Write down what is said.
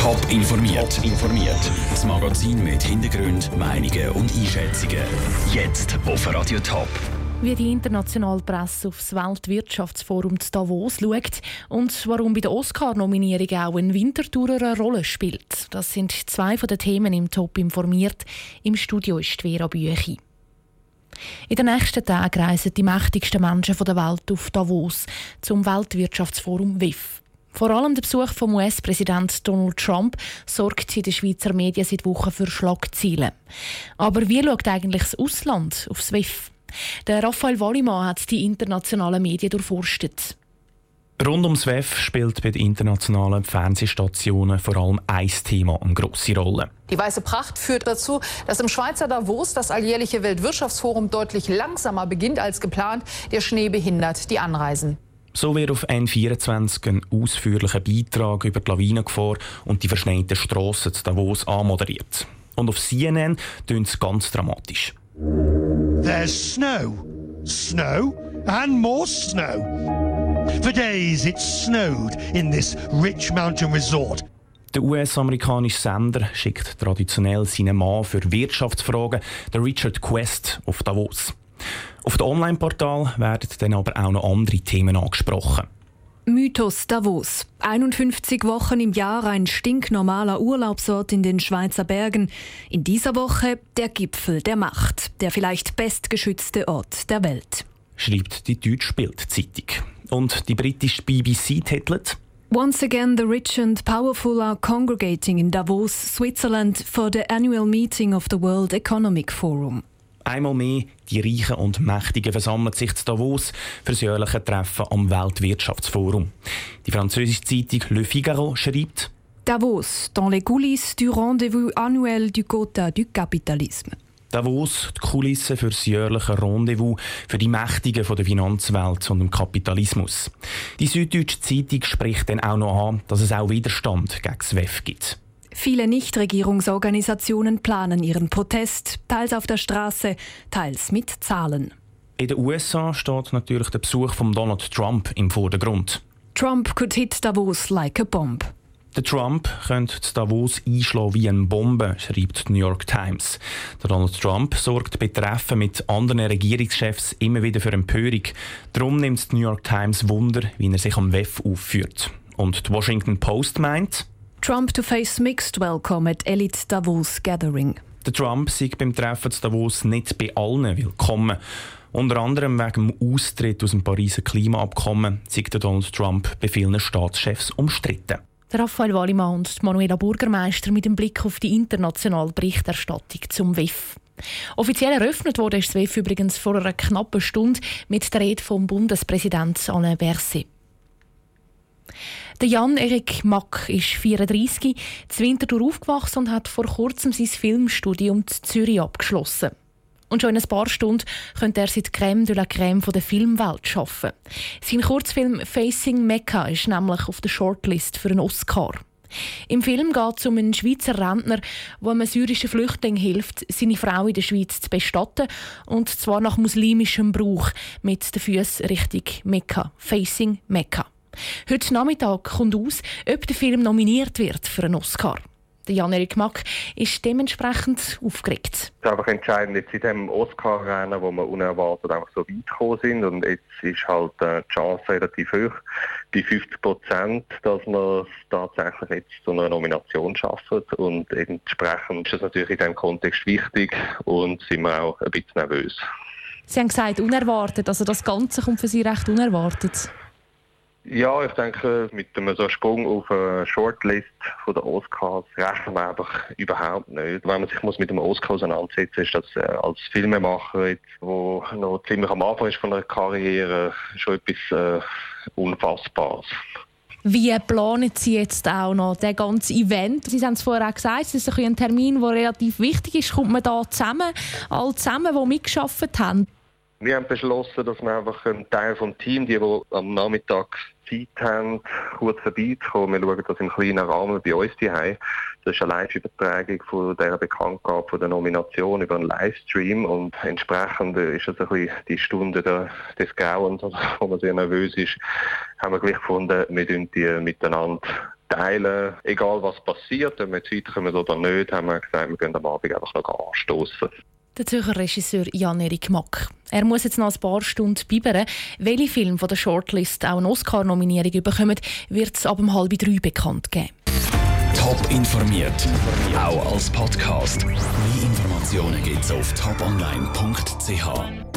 Top informiert. Das Magazin mit Hintergrund, Meinungen und Einschätzungen. Jetzt auf Radio Top. Wie die internationale Presse auf das Weltwirtschaftsforum in Davos schaut und warum bei der Oscar-Nominierung auch ein Winterthur eine Rolle spielt. Das sind zwei von den Themen im Top informiert. Im Studio ist Vera Büchi. In den nächsten Tagen reisen die mächtigsten Menschen der Welt auf Davos zum Weltwirtschaftsforum WIF. Vor allem der Besuch vom US-Präsident Donald Trump sorgt in den Schweizer Medien seit Wochen für Schlagzeilen. Aber wie schaut eigentlich das Ausland aufs WIF? Der Raphael Wallimann hat die internationalen Medien durchforstet. Rund ums WEF spielt bei den internationalen Fernsehstationen vor allem ein Thema eine grosse Rolle. Die weiße Pracht führt dazu, dass im Schweizer Davos das alljährliche Weltwirtschaftsforum deutlich langsamer beginnt als geplant. Der Schnee behindert die Anreisen. So wird auf N24 ein ausführlicher Beitrag über die Lawinengefahr und die verschneiten Strassen zu Davos anmoderiert. Und auf CNN tönt es ganz dramatisch. There's snow, snow and more snow. For days it snowed in this rich mountain resort. Der US-amerikanische Sender schickt traditionell seinen Mann für Wirtschaftsfragen, den Richard Quest, auf Davos. Auf dem Online-Portal werden dann aber auch noch andere Themen angesprochen. Mythos Davos. 51 Wochen im Jahr ein stinknormaler Urlaubsort in den Schweizer Bergen. In dieser Woche der Gipfel der Macht, der vielleicht bestgeschützte Ort der Welt. Schreibt die deutsche Bild-Zeitung. Und die britische BBC titelt: Once again the rich and powerful are congregating in Davos, Switzerland for the annual meeting of the World Economic Forum. Einmal mehr, die Reichen und Mächtigen versammeln sich zu Davos für das jährliche Treffen am Weltwirtschaftsforum. Die französische Zeitung Le Figaro schreibt: Davos, dans les coulisses du rendez-vous annuel du quota du capitalisme. Davos, die Kulisse für das jährliche Rendezvous für die Mächtigen von der Finanzwelt und dem Kapitalismus. Die Süddeutsche Zeitung spricht dann auch noch an, dass es auch Widerstand gegen das WEF gibt. Viele Nichtregierungsorganisationen planen ihren Protest, teils auf der Straße, teils mit Zahlen. In den USA steht natürlich der Besuch von Donald Trump im Vordergrund. Trump could hit Davos like a bomb. Der Trump könnte Davos einschlagen wie eine Bombe, schreibt die New York Times. Der Donald Trump sorgt bei Treffen mit anderen Regierungschefs immer wieder für Empörung. Darum nimmt die New York Times Wunder, wie er sich am WEF aufführt. Und die Washington Post meint: Trump to face mixed welcome at Elite Davos Gathering. Der Trump sei beim Treffen zu Davos nicht bei allen willkommen. Unter anderem wegen dem Austritt aus dem Pariser Klimaabkommen sei der Donald Trump bei vielen Staatschefs umstritten. Der Raphael Wallimann und Manuela Burgermeister mit dem Blick auf die internationale Berichterstattung zum WEF. Offiziell eröffnet wurde das WEF übrigens vor einer knappen Stunde mit der Rede vom Bundespräsidenten Alain Berset. Der Jan-Erik Mack ist 34, in Winterthur aufgewachsen und hat vor kurzem sein Filmstudium in Zürich abgeschlossen. Und schon in ein paar Stunden könnte er seit Crème de la Crème der Filmwelt arbeiten. Sein Kurzfilm «Facing Mecca» ist nämlich auf der Shortlist für einen Oscar. Im Film geht es um einen Schweizer Rentner, der einem syrischen Flüchtling hilft, seine Frau in der Schweiz zu bestatten, und zwar nach muslimischem Brauch mit den Füßen Richtung Mekka, «Facing Mecca». Heute Nachmittag kommt aus, ob der Film nominiert wird für einen Oscar. Der Jan-Erik Mack ist dementsprechend aufgeregt. Es ist einfach entscheidend jetzt in diesem Oscar-Rennen, wo wir unerwartet einfach so weit gekommen sind. Und jetzt ist halt die Chance relativ hoch, bei 50%, dass wir es tatsächlich jetzt zu einer Nomination schaffen. Und entsprechend ist es natürlich in diesem Kontext wichtig und sind wir auch ein bisschen nervös. Sie haben gesagt, unerwartet. Also das Ganze kommt für Sie recht unerwartet. Ja, ich denke, mit einem so Sprung auf eine Shortlist von den Oscars rechnen wir einfach überhaupt nicht. Wenn man sich mit dem Oscar auseinandersetzen muss, ist das als Filmemacher, der noch ziemlich am Anfang ist von einer Karriere, schon etwas Unfassbares. Wie planen Sie jetzt auch noch das ganze Event? Sie haben es vorher auch gesagt, es ist ein Termin, der relativ wichtig ist. Kommt man da zusammen, alle zusammen, die mitgearbeitet haben? Wir haben beschlossen, dass wir einfach einen Teil vom Team, die am Nachmittag Zeit haben, kurz vorbeizukommen. Wir schauen das im kleinen Rahmen bei uns zuhause. Das ist eine Live-Übertragung von dieser Bekanntgabe von der Nomination über einen Livestream und entsprechend ist es ein bisschen die Stunde des Grauens, wo man sehr nervös ist, haben wir gleich gefunden, wir die miteinander teilen, egal was passiert. Wenn wir jetzt weiterkommen oder nicht, haben wir gesagt, wir gehen am Abend einfach noch anstossen. Der Zürcher Regisseur Jan-Erik Mack. Er muss jetzt noch ein paar Stunden bibbern. Welche Filme von der Shortlist auch eine Oscar-Nominierung bekommen, wird es ab 2:30 bekannt geben. Top informiert, auch als Podcast. Mehr Informationen gibt's auf toponline.ch.